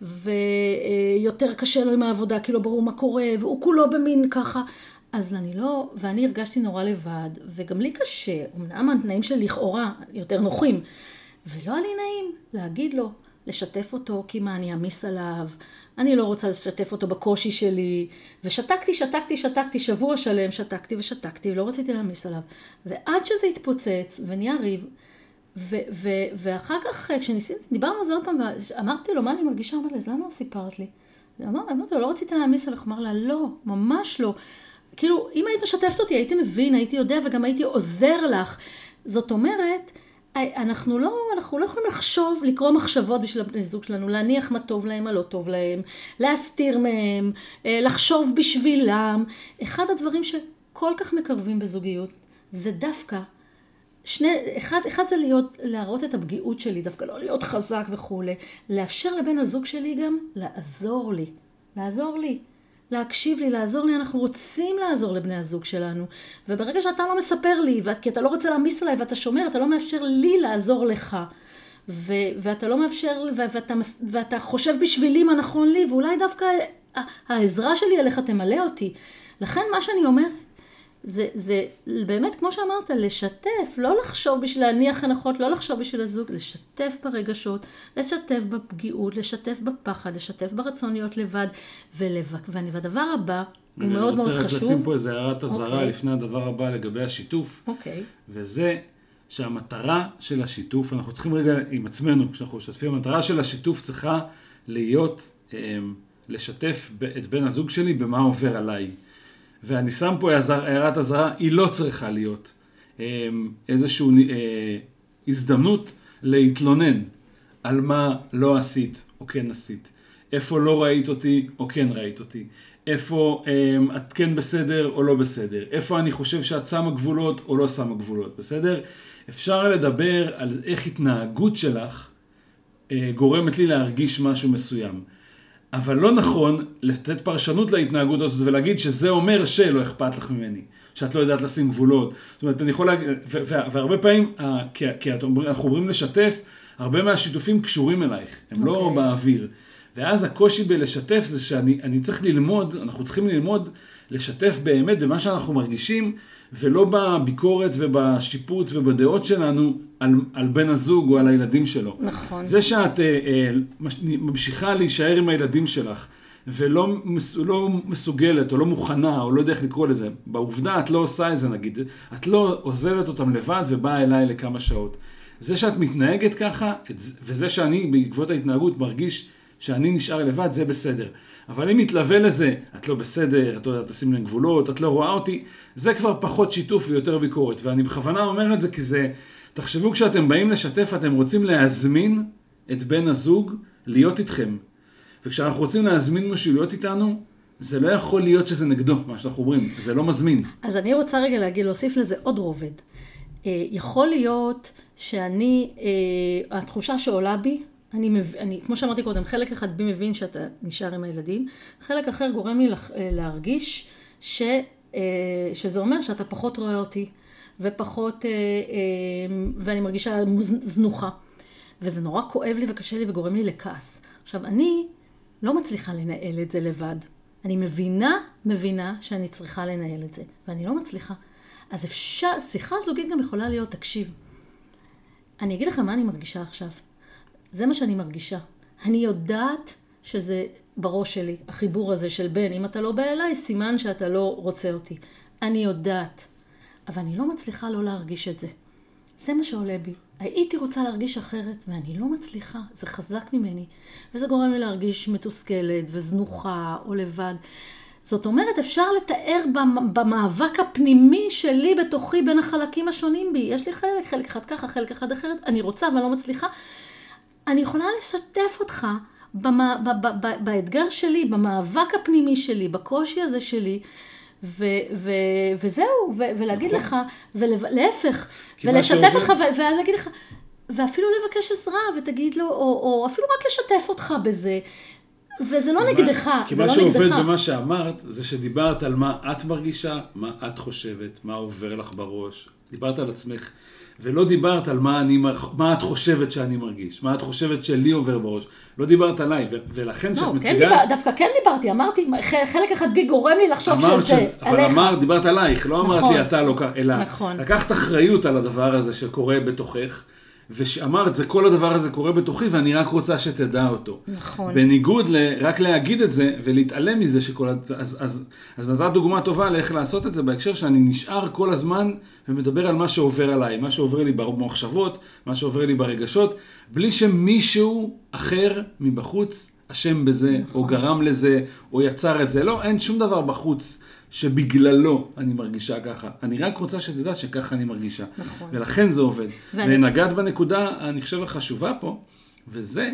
ויותר קשה לו עם העבודה, כי לא ברור מה קורה, והוא כולו במין ככה. אז אני לא, ואני הרגשתי נורא לבד, וגם לי קשה, אמנם התנאים שלי לכאורה יותר נוחים, ולא היה לי נעים להגיד לו, לשתף אותו, כי מה אני אמיס עליו, אני לא רוצה לשתף אותו בקושי שלי, ושתקתי, שבוע שלם שתקתי, ולא רציתי להמיס עליו. ועד שזה התפוצץ, ונהיה ריב, ואחר כך, דיברנו על זה עוד פעם, ואמרתי לו, מה אני מרגישה? אמר לי, אז למה לא סיפרת לי? אמרתי לו, לא רצית להמיס עליך, אמר לה, לא, ממש לא. כאילו, אם היית משתפת אותי, הייתי מבין, הייתי יודע, וגם הייתי עוזר לך. זאת אומרת, אנחנו לא יכולים לחשוב, לקרוא מחשבות בשביל הבני זוג שלנו, להניח מה טוב להם, מה לא טוב להם, להסתיר מהם, לחשוב בשבילם. אחד הדברים שכל כך מקרבים בזוגיות, זה דווקא, אחד זה להראות את הפגיעות שלי, דווקא לא להיות חזק וכו', לאפשר לבן הזוג שלי גם לעזור לי, להקשיב לי, לעזור לי. אנחנו רוצים לעזור לבני הזוג שלנו, וברגע שאתה לא מספר לי, כי אתה לא רוצה להמיס עליי ואתה שומר, אתה לא מאפשר לי לעזור לך, ואתה לא מאפשר, ואתה חושב בשבילי מה נכון לי, ואולי דווקא העזרה שלי אליך תמלא אותי. לכן מה שאני אומרת, זה באמת, כמו שאמרת, לשתף, לא לחשוב בשביל להניח הנחות, לא לחשוב בשביל הזוג, לשתף ברגשות, לשתף בפגיעות, לשתף בפחד, לשתף ברצון להיות לבד, והדבר הבא הוא מאוד מאוד חשוב. אני רוצה רק לשים פה איזה הערת אזהרה לפני הדבר הבא לגבי השיתוף, וזה שהמטרה של השיתוף, אנחנו צריכים רגע עם עצמנו, כשאנחנו משתפים, המטרה של השיתוף צריכה להיות, לשתף את בן הזוג שלי במה עובר עליי. ואני שם פה הערת אזהרה, היא לא צריכה להיות איזושהי הזדמנות להתלונן על מה לא עשית או כן עשית. איפה לא ראית אותי או כן ראית אותי. איפה את כן בסדר או לא בסדר, איפה אני חושב שאת שמה גבולות או לא שמה גבולות, בסדר? אפשר לדבר על איך התנהגות שלך גורמת לי להרגיש משהו מסוים. אבל לא נכון לתת פרשנות להתנהגות הזאת ולהגיד שזה אומר שלא אכפת לך ממני, שאת לא יודעת לשים גבולות. זאת אומרת, אני יכול להגיד, והרבה פעמים, כי אנחנו אומרים לשתף, הרבה מהשיתופים קשורים אלייך, הם לא באוויר. ואז הקושי בלשתף זה שאני צריך ללמוד, אנחנו צריכים ללמוד לשתף באמת במה שאנחנו מרגישים, ולא בביקורת ובשיפוט ובדעות שלנו על בן הזוג או על הילדים שלו. נכון. זה שאת ממשיכה להישאר עם הילדים שלך, ולא מסוגלת או לא מוכנה או לא יודע איך לקרוא לזה, בעובדה את לא עושה את זה נגיד, את לא עוזבת אותם לבד ובאה אליי לכמה שעות. זה שאת מתנהגת ככה, וזה שאני בעקבות ההתנהגות מרגיש שאני נשאר לבד, זה בסדר. אבל אם מתלווה לזה, את לא בסדר, את לא יודעת לשים להם גבולות, את לא רואה אותי, זה כבר פחות שיתוף ויותר ביקורת. ואני בכוונה אומר את זה כי זה, תחשבו כשאתם באים לשתף, אתם רוצים להזמין את בן הזוג להיות איתכם. וכשאנחנו רוצים להזמין משהו להיות איתנו, זה לא יכול להיות שזה נגדו, מה שאנחנו אומרים, זה לא מזמין. אז אני רוצה רגע להוסיף לזה עוד רובד. יכול להיות שאני, התחושה שעולה בי, כמו שאמרתי קודם, חלק אחד בי מבין שאתה נשאר עם הילדים, חלק אחר גורם לי להרגיש שזה אומר שאתה פחות רואה אותי, ופחות, ואני מרגישה זנוחה. וזה נורא כואב לי וקשה לי וגורם לי לכעס. עכשיו, אני לא מצליחה לנהל את זה לבד. אני מבינה שאני צריכה לנהל את זה, ואני לא מצליחה. אז שיחה זוגית גם יכולה להיות, תקשיב. אני אגיד לך מה אני מרגישה עכשיו. זה מה שאני מרגישה. אני יודעת שזה בראש שלי, החיבור הזה של בן, אם אתה לא בא אליי, סימן שאתה לא רוצה אותי. אני יודעת, אבל אני לא מצליחה לא להרגיש את זה. זה מה שעולה בי. הייתי רוצה להרגיש אחרת, ואני לא מצליחה. זה חזק ממני. וזה גורם לי להרגיש מתוסכלת וזנוחה או לבד. זאת אומרת, אפשר לתאר במאבק הפנימי שלי בתוכי בין החלקים השונים בי. יש לי חלק אחד ככה, חלק אחד אחרת. אני רוצה, אבל לא מצליחה. אני יכולה לשתף אותך באתגר שלי, במאבק הפנימי שלי, בקושי הזה שלי, וזהו, ולהגיד לך, ולהפך, ולשתף אותך, ולהגיד לך, ואפילו לבקש עזרה, ותגיד לו, או אפילו רק לשתף אותך בזה, וזה לא נגדך, כי מה שעובד במה שאמרת, זה שדיברת על מה את מרגישה, מה את חושבת, מה עובר לך בראש, דיברת על עצמך, ולא דיברת על מה את חושבת שאני מרגיש, מה את חושבת שלי עובר בראש. לא דיברת עליי, ולכן שאת מציגה... דווקא כן דיברתי, אמרתי, חלק אחד בי גורם לי לחשוב שזה עליך. אבל דיברת עלייך, לא אמרת לי אתה לא כך, אלא לקחת אחריות על הדבר הזה שקורה בתוכך, ושאמרת, זה כל הדבר הזה קורה בתוכי, ואני רק רוצה שתדע אותו. נכון. בניגוד רק להגיד את זה, ולהתעלם מזה אז נתת דוגמה טובה לאיך לעשות את זה, בהקשר שאני נשאר כל הזמן, ומדבר על מה שעובר עליי, מה שעובר לי במחשבות, מה שעובר לי ברגשות, בלי שמישהו אחר מבחוץ אשם בזה, נכון. או גרם לזה, או יצר את זה. לא, אין שום דבר בחוץ שבגללו אני מרגישה ככה. אני רק רוצה שתדע שככה אני מרגישה. נכון. ולכן זה עובד. ונגעת בנקודה, אני חושב, החשובה פה, וזה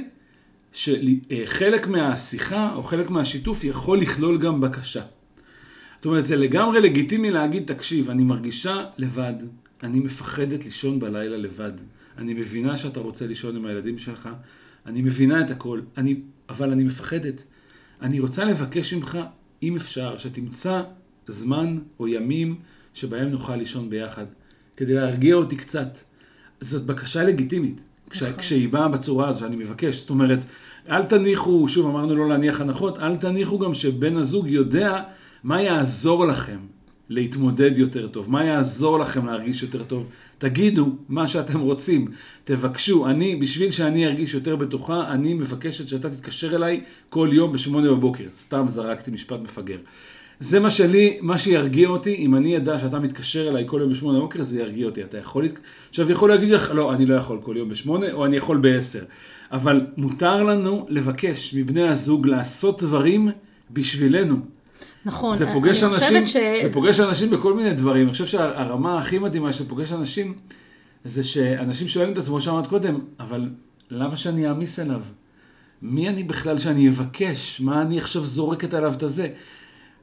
שחלק מהשיחה או חלק מהשיתוף יכול לכלול גם בקשה. זאת אומרת, זה לגמרי לגיטימי להגיד, תקשיב, אני מרגישה לבד, אני מפחדת לישון בלילה לבד. אני מבינה שאתה רוצה לישון עם הילדים שלך, אני מבינה את הכל, אבל אני מפחדת. אני רוצה לבקש ממך, אם אפשר, שתמצא זמן או ימים שבהם נוכל לישון ביחד, כדי להרגיע אותי קצת. זאת בקשה לגיטימית, כשהיא באה בצורה הזו, שאני מבקש. זאת אומרת, אל תניחו, שוב אמרנו לא להניח הנחות, אל תניחו גם שבן הזוג יודע מה יעזור לכם להתמודד יותר טוב, מה יעזור לכם להרגיש יותר טוב. תגידו מה שאתם רוצים, תבקשו. בשביל שאני ארגיש יותר בטוחה, אני מבקשת שאתה תתקשר אליי כל יום ב8 בבוקר. סתם זרקתי משפט מפגר. זה מה שירגיע אותי. אם אני ידע שאתה מתקשר אליי כל יום ב8 בבוקר, זה ירגיע אותי. אתה יכול להגיד לך, לא, אני לא יכול כל יום ב8, או אני יכול ב10. אבל מותר לנו לבקש מבני הזוג לעשות דברים בשבילנו. נכון, זה פוגש אנשים בכל מיני דברים. אני חושב שהרמה הכי מדהימה שזה פוגש אנשים, זה שאנשים שואלים את עצמו שאמרת קודם, אבל למה שאני אעמיס עליו? מי אני בכלל שאני אבקש? מה אני עכשיו זורקת עליו את זה?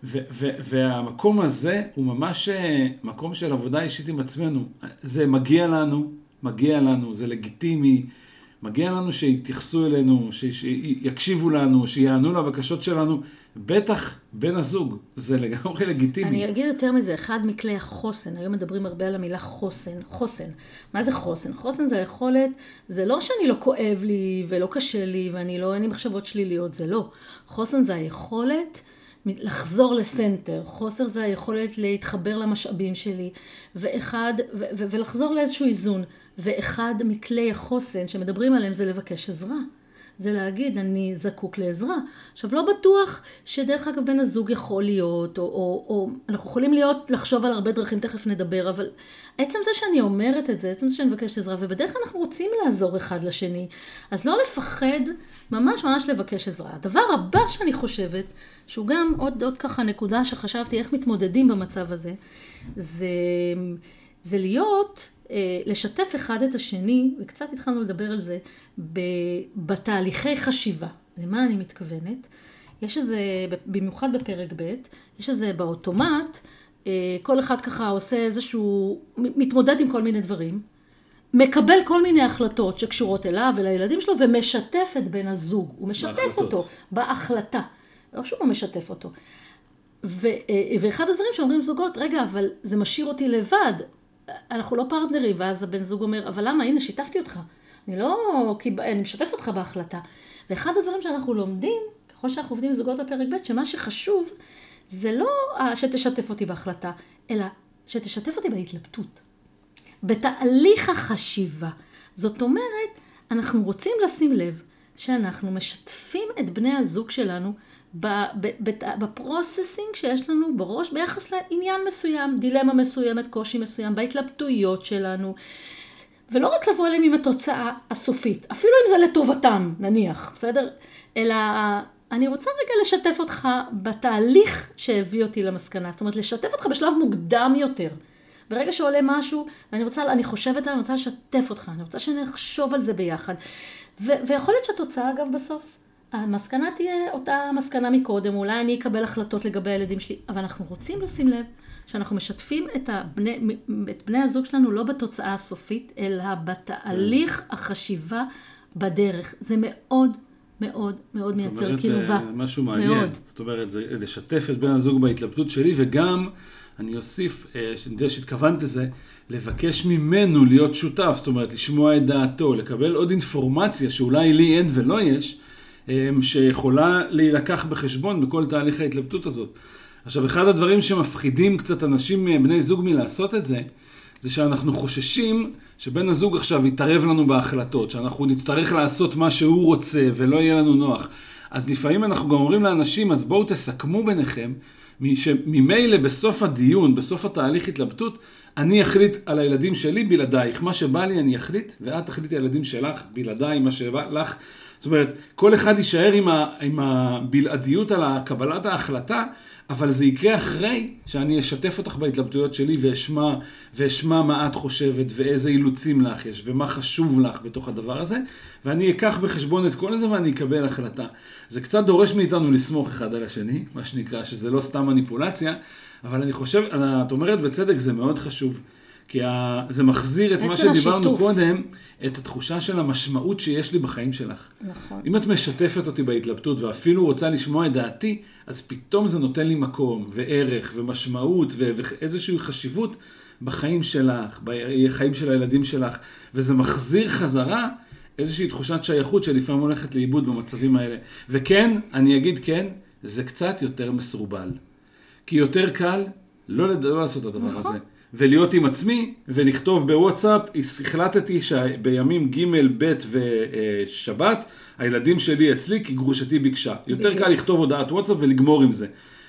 והמקום הזה הוא ממש מקום של עבודה אישית עם עצמנו. זה מגיע לנו, זה לגיטימי, מגיע לנו שיתייחסו אלינו, שיקשיבו לנו, שיענו לבקשות שלנו, בטח בין הזוג, זה לגמרי לגיטימי. אני אגיד יותר מזה, אחד מכלי החוסן, היום מדברים הרבה על המילה חוסן. מה זה חוסן? חוסן זה היכולת, זה לא שאני לא כואב לי ולא קשה לי אין לי מחשבות שליליות, זה לא. חוסן זה היכולת לחזור לסנטר, חוסר זה היכולת להתחבר למשאבים שלי, ולחזור לאיזשהו איזון. ואחד מכלי החוסן שמדברים עליהם זה לבקש עזרה. זה להגיד, אני זקוק לעזרה. עכשיו, לא בטוח שדרך אגב בן הזוג יכול להיות, או אנחנו יכולים לחשוב על הרבה דרכים, תכף נדבר, אבל עצם זה שאני אומרת את זה, עצם זה שאני מבקשת עזרה, ובדרך כלל אנחנו רוצים לעזור אחד לשני, אז לא לפחד, ממש לבקש עזרה. הדבר הבא שאני חושבת, שהוא גם עוד ככה נקודה שחשבתי איך מתמודדים במצב הזה, זה להיות, לשתף אחד את השני, וקצת התחלנו לדבר על זה, בתהליכי חשיבה. למה אני מתכוונת? יש איזה, במיוחד בפרק ב', יש איזה באוטומט, כל אחד ככה עושה איזשהו, מתמודד עם כל מיני דברים, מקבל כל מיני החלטות שקשורות אליו ולילדים שלו, ומשתף את בן הזוג. הוא משתף אותו בהחלטה. לא שהוא לא משתף אותו. ואחד הדברים שאומרים זוגות, רגע, אבל זה משאיר אותי לבד. אנחנו לא פרטנרים, ואז הבן זוג אומר, אבל למה? הנה, שיתפתי אותך. אני משתף אותך בהחלטה. ואחד הדברים שאנחנו לומדים, ככל שאנחנו עובדים עם זוגות בפרק ב', שמה שחשוב, זה לא שתשתף אותי בהחלטה, אלא שתשתף אותי בהתלבטות. בתהליך החשיבה. זאת אומרת, אנחנו רוצים לשים לב שאנחנו משתפים את בני הזוג שלנו בפרוססינג שיש לנו בראש ביחס לעניין מסוים, דילמה מסוימת, קושי מסוים, בהתלבטויות שלנו, ולא רק לבוא אליהם עם התוצאה הסופית, אפילו אם זה לטובתם, נניח, בסדר? אלא אני רוצה רגע לשתף אותך בתהליך שהביא אותי למסקנה, זאת אומרת, לשתף אותך בשלב מוקדם יותר. ברגע שעולה משהו, אני רוצה לשתף אותך, אני רוצה שנחשוב על זה ביחד. ויכול להיות שהתוצאה, אגב, בסוף, המסקנה תהיה אותה מסקנה מקודם, אולי אני אקבל החלטות לגבי הילדים שלי, אבל אנחנו רוצים לשים לב שאנחנו משתפים את בני הזוג שלנו לא בתוצאה הסופית, אלא בתהליך החשיבה בדרך. זה מאוד מאוד מאוד מייצר קרבה. משהו מעניין. זאת אומרת, זה לשתף את בן הזוג בהתלבטות שלי, וגם אני אוסיף, שאני יודע שהתכוונת לזה, לבקש ממנו להיות שותף, זאת אומרת, לשמוע את דעתו, לקבל עוד אינפורמציה שאולי לי אין ולא יש, שיכולה להילקח בחשבון בכל תהליך ההתלבטות הזאת. עכשיו, אחד הדברים שמפחידים קצת אנשים, בני זוג מלעשות את זה, זה שאנחנו חוששים שבן הזוג עכשיו יתערב לנו בהחלטות, שאנחנו נצטרך לעשות מה שהוא רוצה ולא יהיה לנו נוח. אז לפעמים אנחנו גם אומרים לאנשים, אז בואו תסכמו ביניכם, שממילא בסוף הדיון, בסוף התהליך התלבטות, אני אחליט על הילדים שלי בלעדייך. מה שבא לי אני אחליט, ואת תחליטי על הילדים שלך בלעדיי, מה שבא לך. זאת אומרת, כל אחד יישאר עם הבלעדיות על קבלת ההחלטה, אבל זה יקרה אחרי שאני אשתף אותך בהתלבטויות שלי ואשמע מה את חושבת ואיזה אילוצים לך יש ומה חשוב לך בתוך הדבר הזה, ואני אקח בחשבון את כל זה ואני אקבל החלטה. זה קצת דורש מאיתנו לסמוך אחד על השני, מה שנקרא, שזה לא סתם מניפולציה, אבל אני חושב, את אומרת בצדק, זה מאוד חשוב, כי זה מחזיר את מה שדיברנו קודם, את התחושה של המשמעות שיש לי בחיים שלך. נכון. אם את משתפת אותי בהתלבטות ואפילו רוצה לשמוע את דעתי, אז פתאום זה נותן לי מקום וערך ומשמעות ואיזושהי חשיבות בחיים שלך, בחיים של הילדים שלך, וזה מחזיר חזרה איזושהי תחושת שייכות שלפעמים הולכת לאיבוד במצבים האלה. וכן, אני אגיד כן, זה קצת יותר מסורבל. כי יותר קל לא לעשות את הדבר הזה. ולהיות עם עצמי, ולכתוב בוואטסאפ, החלטתי שבימים ג' ב' ושבת, הילדים שלי אצלי כי גרושתי ביקשה. יותר קל לכתוב הודעת וואטסאפ ולגמור עם זה.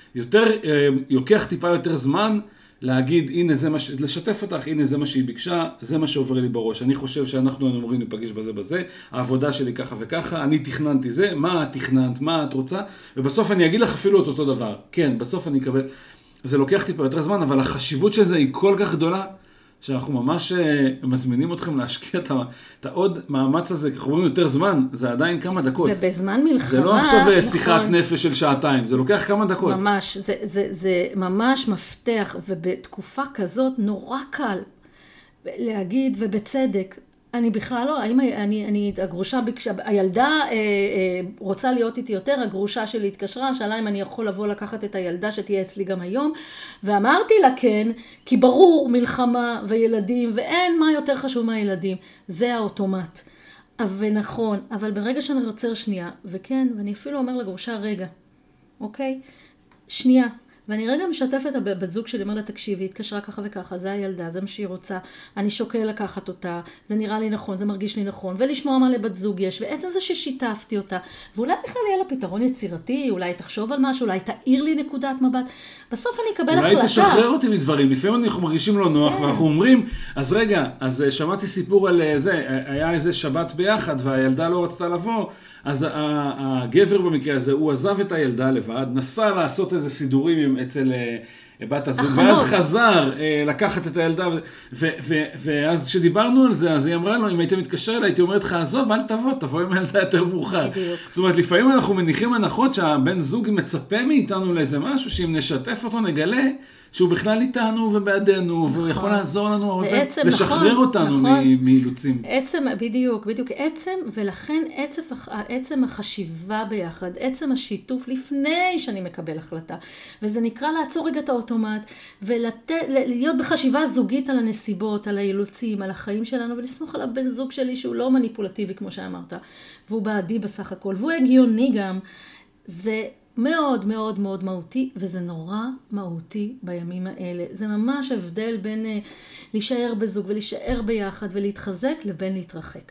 יוקח טיפה יותר זמן להגיד, הנה זה מה לשתף אותך, הנה זה מה שהיא ביקשה, זה מה שעובר לי בראש. אני חושב שאנחנו אמורים להיפגש בזה, העבודה שלי ככה וככה, אני תכננתי זה, מה את תכננת, מה את רוצה, ובסוף אני אגיד לך אפילו את אותו דבר. כן, בסוף אני אקבל, זה לוקח טיפה יותר זמן, אבל החשיבות של זה היא כל כך גדולה, שאנחנו ממש מזמינים אתכם להשקיע את העוד מאמץ הזה, כי אנחנו אומרים יותר זמן, זה עדיין כמה דקות. ובזמן מלחמה... זה לא עכשיו שיחת נפש של שעתיים, זה לוקח כמה דקות. ממש, זה ממש מפתח, ובתקופה כזאת נורא קל להגיד, ובצדק, אני בכלל לא, אני הגרושה, הילדה רוצה להיות איתי יותר, הגרושה שלי התקשרה, שאלה אם אני יכול לבוא לקחת את הילדה שתהיה אצלי גם היום, ואמרתי לה כן, כי ברור מלחמה וילדים, ואין מה יותר חשוב מהילדים, זה האוטומט. ונכון, אבל ברגע שאני רוצה שנייה, וכן, ואני אפילו אומר לגרושה רגע, אוקיי? שנייה. ואני רגע משתפת בת זוג שלי, אומר לה, תקשיבי, התקשרה ככה וככה, זה הילדה, זה מה שהיא רוצה, אני שוקל לקחת אותה, זה נראה לי נכון, זה מרגיש לי נכון, ולשמוע מה לבת זוג יש, ועצם זה ששיתפתי אותה, ואולי בכלל יהיה לה פתרון יצירתי, אולי תחשוב על משהו, אולי תאיר לי נקודת מבט, בסוף אני אקבל החלטה. אולי תשחרר אותי מדברים, לפעמים אנחנו מרגישים לא נוח, ואנחנו אומרים, אז רגע, אז שמעתי סיפור על זה, היה איזה שבת ביחד, והילדה לא רצתה לבוא, אז הגבר במקרה הזה, הוא עזב את הילדה לבד, נסע לעשות איזה סידורים אצל בת הזוג, ואז חזר לקחת את הילדה, ואז שדיברנו על זה, אז היא אמרה לו, אם היית מתקשר אליי, הייתי אומרת לך, עזוב, אל תבוא עם הילדה יותר מאוחר. זאת אומרת, לפעמים אנחנו מניחים הנחות שהבן זוג מצפה מאיתנו לאיזה משהו, שאם נשתף אותו נגלה, שהוא בכלל איתנו ובעדנו, והוא יכול לעזור לנו הרבה, לשחרר אותנו מאילוצים. בדיוק, ולכן עצם החשיבה ביחד, עצם השיתוף לפני שאני מקבל החלטה, וזה נקרא לעצור רגע את האוטומט, ולהיות בחשיבה זוגית על הנסיבות, על האילוצים, על החיים שלנו, ולסמוך על הבן זוג שלי שהוא לא מניפולטיבי כמו שאמרת, והוא בעדי בסך הכל, והוא הגיוני גם, זה מאוד מאוד מאוד מהותי, וזה נורא מהותי בימים האלה. זה ממש הבדל בין להישאר בזוג ולהישאר ביחד ולהתחזק לבין להתרחק.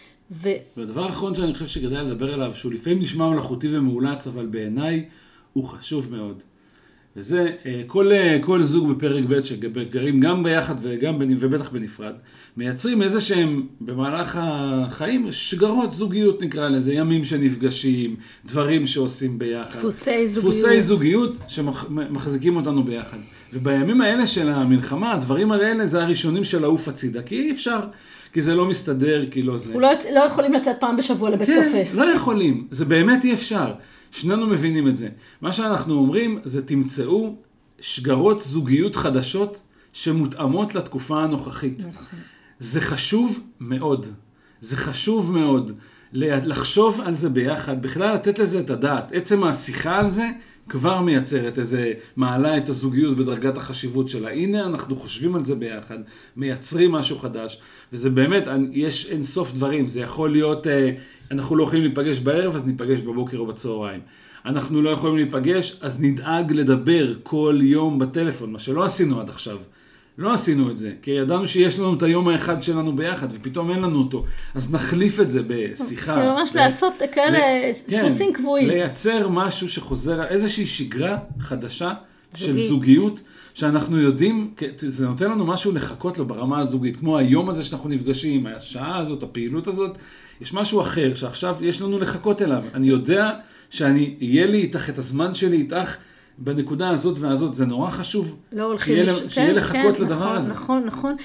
והדבר האחרון שאני חושב שכדאי לדבר עליו, שהוא לפעמים נשמע מלאכותי ומאולץ, אבל בעיניי הוא חשוב מאוד. וזה כל זוג בפרק ב' שגרים גם ביחד ובטח בנפרד, מייצרים איזה שהם במהלך החיים שגרות זוגיות נקרא לזה, ימים שנפגשים, דברים שעושים ביחד. דפוסי זוגיות שמחזיקים אותנו ביחד. ובימים האלה של המלחמה, הדברים האלה זה הראשונים של העוף הצידה, כי אי אפשר, כי זה לא מסתדר, כי לא זה. לא יכולים לצאת פעם בשבוע לבית קפה. כן, לא יכולים, זה באמת אי אפשר. שנינו מבינים את זה. מה שאנחנו אומרים זה תמצאו שגרות זוגיות חדשות שמותאמות לתקופה הנוכחית. נכון. זה חשוב מאוד. זה חשוב מאוד לחשוב על זה ביחד, בכלל לתת לזה את הדעת. עצם השיחה על זה כבר מייצרת איזה מעלה את הזוגיות בדרגת החשיבות שלה. הנה אנחנו חושבים על זה ביחד, מייצרים משהו חדש, וזה באמת, יש אין סוף דברים. זה יכול להיות, אנחנו לא יכולים להיפגש בערב, אז ניפגש בבוקר או בצהריים. אנחנו לא יכולים להיפגש, אז נדאג לדבר כל יום בטלפון, מה שלא עשינו עד עכשיו. לא עשינו את זה, כי ידענו שיש לנו את היום האחד שלנו ביחד, ופתאום אין לנו אותו. אז נחליף את זה בשיחה. כן, ממש לעשות כאלה דפוסים קבועים. לייצר משהו שחוזר, איזושהי שגרה חדשה של זוגיות, שאנחנו יודעים, זה נותן לנו משהו לחכות לו ברמה הזוגית, כמו היום הזה שאנחנו נפגשים, השעה הזאת, הפעילות הזאת, יש משהו אחר שעכשיו יש לנו לחכות אליו. אני יודע יהיה לי איתך את הזמן שלי איתך, בנקודה הזאת והזאת, זה נורא חשוב שיהיה לחכות לדבר הזה. נכון.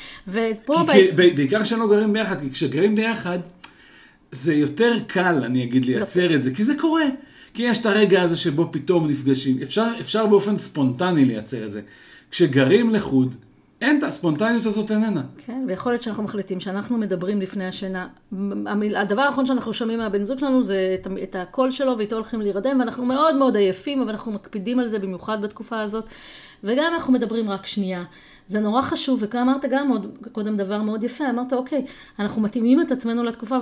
בעיקר כשאנו גרים ביחד, כי כשגרים ביחד, זה יותר קל, אני אגיד, לייצר את זה, כי זה קורה. כי יש את הרגע הזה שבו פתאום נפגשים. אפשר באופן ספונטני לייצר את זה. כשגרים לחוד, אין את הספונטניות הזאת איננה. כן, ויכול להיות שאנחנו מחליטים שאנחנו מדברים לפני השינה. הדבר האחרון שאנחנו שומעים מהבן זוג שלנו זה את הקול שלו, ואיתו הולכים להירדם, ואנחנו מאוד מאוד עייפים, אבל אנחנו מקפידים על זה במיוחד בתקופה הזאת. וגם אנחנו מדברים רק שנייה. זה נורא חשוב, ואמרת גם עוד קודם דבר מאוד יפה, אמרת אוקיי, אנחנו מתאימים את עצמנו לתקופה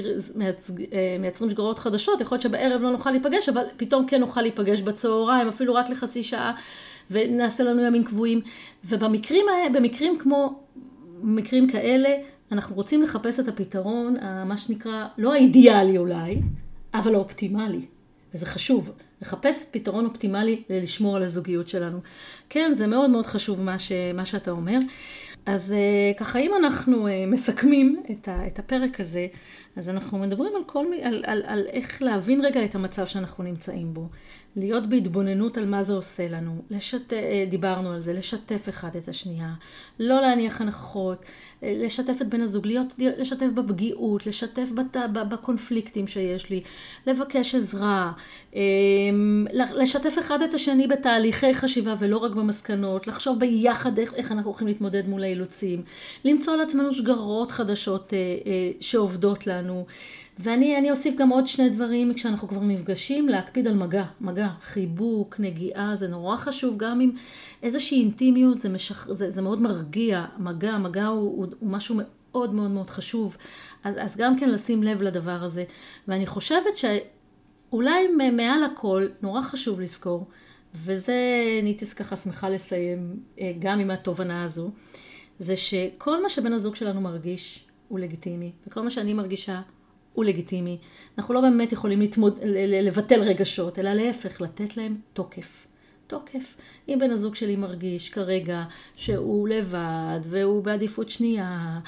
ומייצרים שגרות חדשות, יכול להיות שבערב לא נוכל להיפגש, אבל פתאום כן נוכל להיפגש בצהריים, אפילו רק לחצי שעה, ונעשה לנו ימים קבועים. ובמקרים כמו מקרים כאלה, אנחנו רוצים לחפש את הפתרון, מה שנקרא, לא האידיאלי אולי, אבל האופטימלי. וזה חשוב, לחפש פתרון אופטימלי לשמור על הזוגיות שלנו. כן, זה מאוד מאוד חשוב מה שאתה אומר. אז ככה, אם אנחנו מסכמים את הפרק הזה, אז אנחנו מדברים על איך להבין רגע את המצב שאנחנו נמצאים בו. להיות בהתבוננות על מה זה עושה לנו, דיברנו על זה, לשתף אחד את השנייה, לא להניח הנחות, לשתף את בן הזוג, לשתף בפגיעות, לשתף בקונפליקטים שיש לי, לבקש עזרה, לשתף אחד את השני בתהליכי חשיבה ולא רק במסקנות, לחשוב ביחד איך אנחנו הולכים להתמודד מול האילוצים, למצוא לעצמנו שגרות חדשות שעובדות לנו, ואני אוסיף גם עוד שני דברים, כשאנחנו כבר נפגשים, להקפיד על מגע, חיבוק, נגיעה, זה נורא חשוב, גם עם איזושהי אינטימיות, זה מאוד מרגיע, מגע הוא משהו מאוד מאוד מאוד חשוב, אז גם כן לשים לב לדבר הזה, ואני חושבת שאולי מעל הכל, נורא חשוב לזכור, וזה ניטיס ככה שמחה לסיים, גם עם התובנה הזו, זה שכל מה שבן הזוג שלנו מרגיש, הוא לגיטימי, וכל מה שאני מרגישה, הוא לגיטימי. אנחנו לא באמת יכולים לבטל רגשות, אלא להפך, לתת להם תוקף. אם בן הזוג שלי מרגיש כרגע שהוא לבד, והוא בעדיפות שנייה,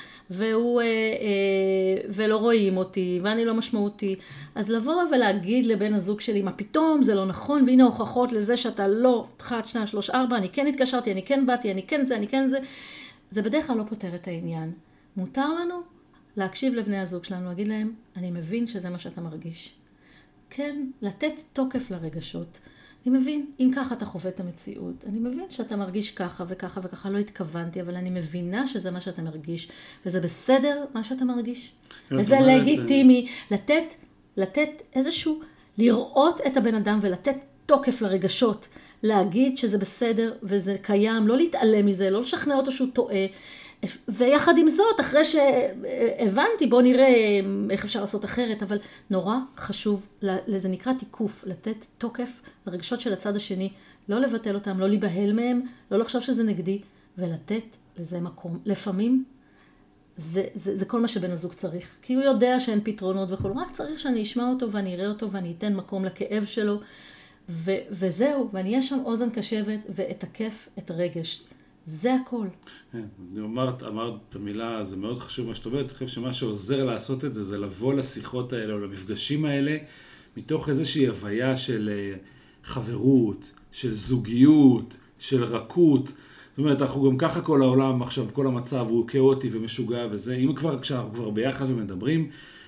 ולא רואים אותי, ואני לא משמעותי, אז לבוא ולהגיד לבן הזוג שלי, מה פתאום, זה לא נכון, והנה הוכחות לזה שאתה לא, 1, 2, 3, 4, אני כן התקשרתי, אני כן באתי, אני כן זה, זה בדרך כלל לא פותר את העניין. מותר לנו להקשיב לבני הזוג שלנו, להגיד להם, אני מבין שזה מה שאתה מרגיש. כן, לתת תוקף לרגשות. אני מבין, אם ככה אתה חווה את המציאות, אני מבין שאתה מרגיש ככה וככה וככה, לא התכוונתי, אבל אני מבינה שזה מה שאתה מרגיש, וזה בסדר מה שאתה מרגיש. וזה לגיטימי, לתת איזשהו, לראות את הבן אדם ולתת תוקף לרגשות, להגיד שזה בסדר וזה קיים, לא להתעלם מזה, לא לשכנע אותו שהוא טועה, ויחד עם זאת, אחרי שהבנתי, בוא נראה איך אפשר לעשות אחרת, אבל נורא חשוב, זה נקרא תיקוף, לתת תוקף לרגשות של הצד השני, לא לבטל אותם, לא להיבהל מהם, לא לחשוב שזה נגדי, ולתת לזה מקום. לפעמים זה כל מה שבן הזוג צריך, כי הוא יודע שאין פתרונות וכו', רק צריך שאני אשמע אותו ואני אראה אותו ואני אתן מקום לכאב שלו, וזהו, ואני אהיה שם אוזן קשבת ואתקף את הרגש. זה הכל. אמרת במילה, זה מאוד חשוב מה שאת אומרת, אני חושב שמה שעוזר לעשות את זה, זה לבוא לשיחות האלה או למפגשים האלה, מתוך איזושהי הוויה של חברות, של זוגיות, של רכות. זאת אומרת, אנחנו גם ככה כל העולם עכשיו, כל המצב הוא כאוטי ומשוגע וזה. אם כבר, כשאנחנו כבר ביחד ומדברים,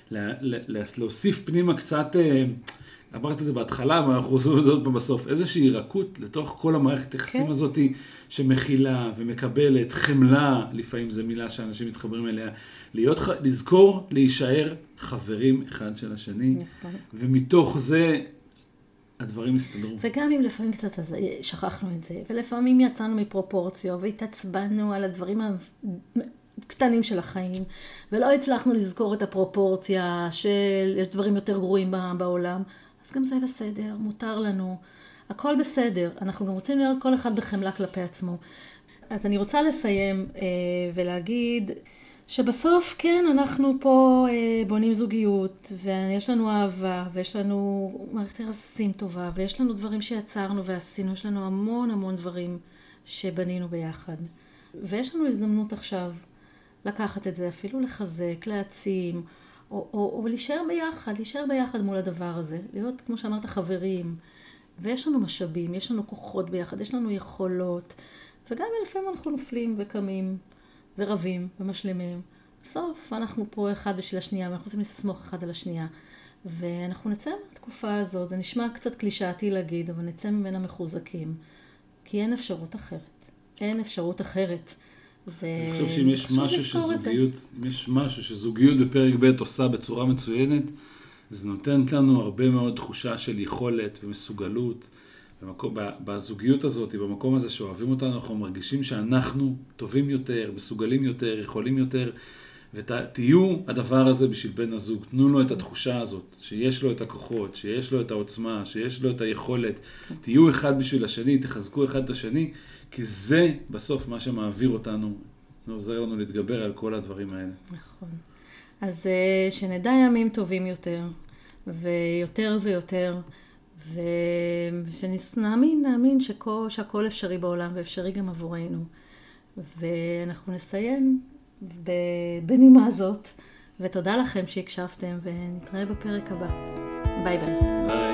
להוסיף פנימה קצת, אמרת את זה בהתחלה, ואנחנו עושים את זה עוד פעם בסוף, איזושהי רכות לתוך כל המערכת היחסים הזאת, שמכילה ומקבלת, חמלה, לפעמים זו מילה שאנשים מתחברים אליה, לזכור, להישאר חברים אחד של השני, ומתוך זה הדברים מסתדרו. וגם אם לפעמים קצת שכחנו את זה, ולפעמים יצאנו מפרופורציה, והתעצבנו על הדברים הקטנים של החיים, ולא הצלחנו לזכור את הפרופורציה של יש דברים יותר גרועים בעולם, אז גם זה בסדר, מותר לנו. הכל בסדר, אנחנו גם רוצים להיות כל אחד בחמלה כלפי עצמו. אז אני רוצה לסיים ולהגיד שבסוף כן, אנחנו פה בונים זוגיות, ויש לנו אהבה, ויש לנו מערכת יחסים טובה, ויש לנו דברים שיצרנו ועשינו, יש לנו המון המון דברים שבנינו ביחד. ויש לנו הזדמנות עכשיו לקחת את זה, אפילו לחזק, להעצים, או להישאר ביחד מול הדבר הזה. להיות, כמו שאמרת, חברים. ויש לנו משאבים, יש לנו כוחות ביחד, יש לנו יכולות. וגם לפעמים אנחנו נופלים וקמים ורבים ומשלימים. בסוף אנחנו פה אחד בשביל השנייה, ואנחנו רוצים לסמוך אחד על השנייה. ואנחנו נצא מהתקופה הזאת, זה נשמע קצת קלישאתי להגיד, אבל נצא ממנה מחוזקים. כי אין אפשרות אחרת. אין אפשרות אחרת. אני חושב שאם יש משהו שזוגיות בפרק ב' עושה בצורה מצוינת, זה נותנת לנו הרבה מאוד תחושה של יכולת ומסוגלות. בזוגיות הזאת, במקום הזה שאוהבים אותנו, אנחנו מרגישים שאנחנו טובים יותר, מסוגלים יותר, יכולים יותר, ותהיו הדבר הזה בשביל בן הזוג. תנו לו את התחושה הזאת, שיש לו את הכוחות, שיש לו את העוצמה, שיש לו את היכולת. תהיו אחד בשביל השני, תחזקו אחד את השני, כי זה בסוף מה שמעביר אותנו, עוזר לנו להתגבר על כל הדברים האלה. נכון. אז שנדע ימים טובים יותר, ויותר ויותר, ושנאמין שהכל אפשרי בעולם, ואפשרי גם עבורנו. ואנחנו נסיים בנימה הזאת, ותודה לכם שהקשבתם, ונתראה בפרק הבא. ביי ביי. ביי.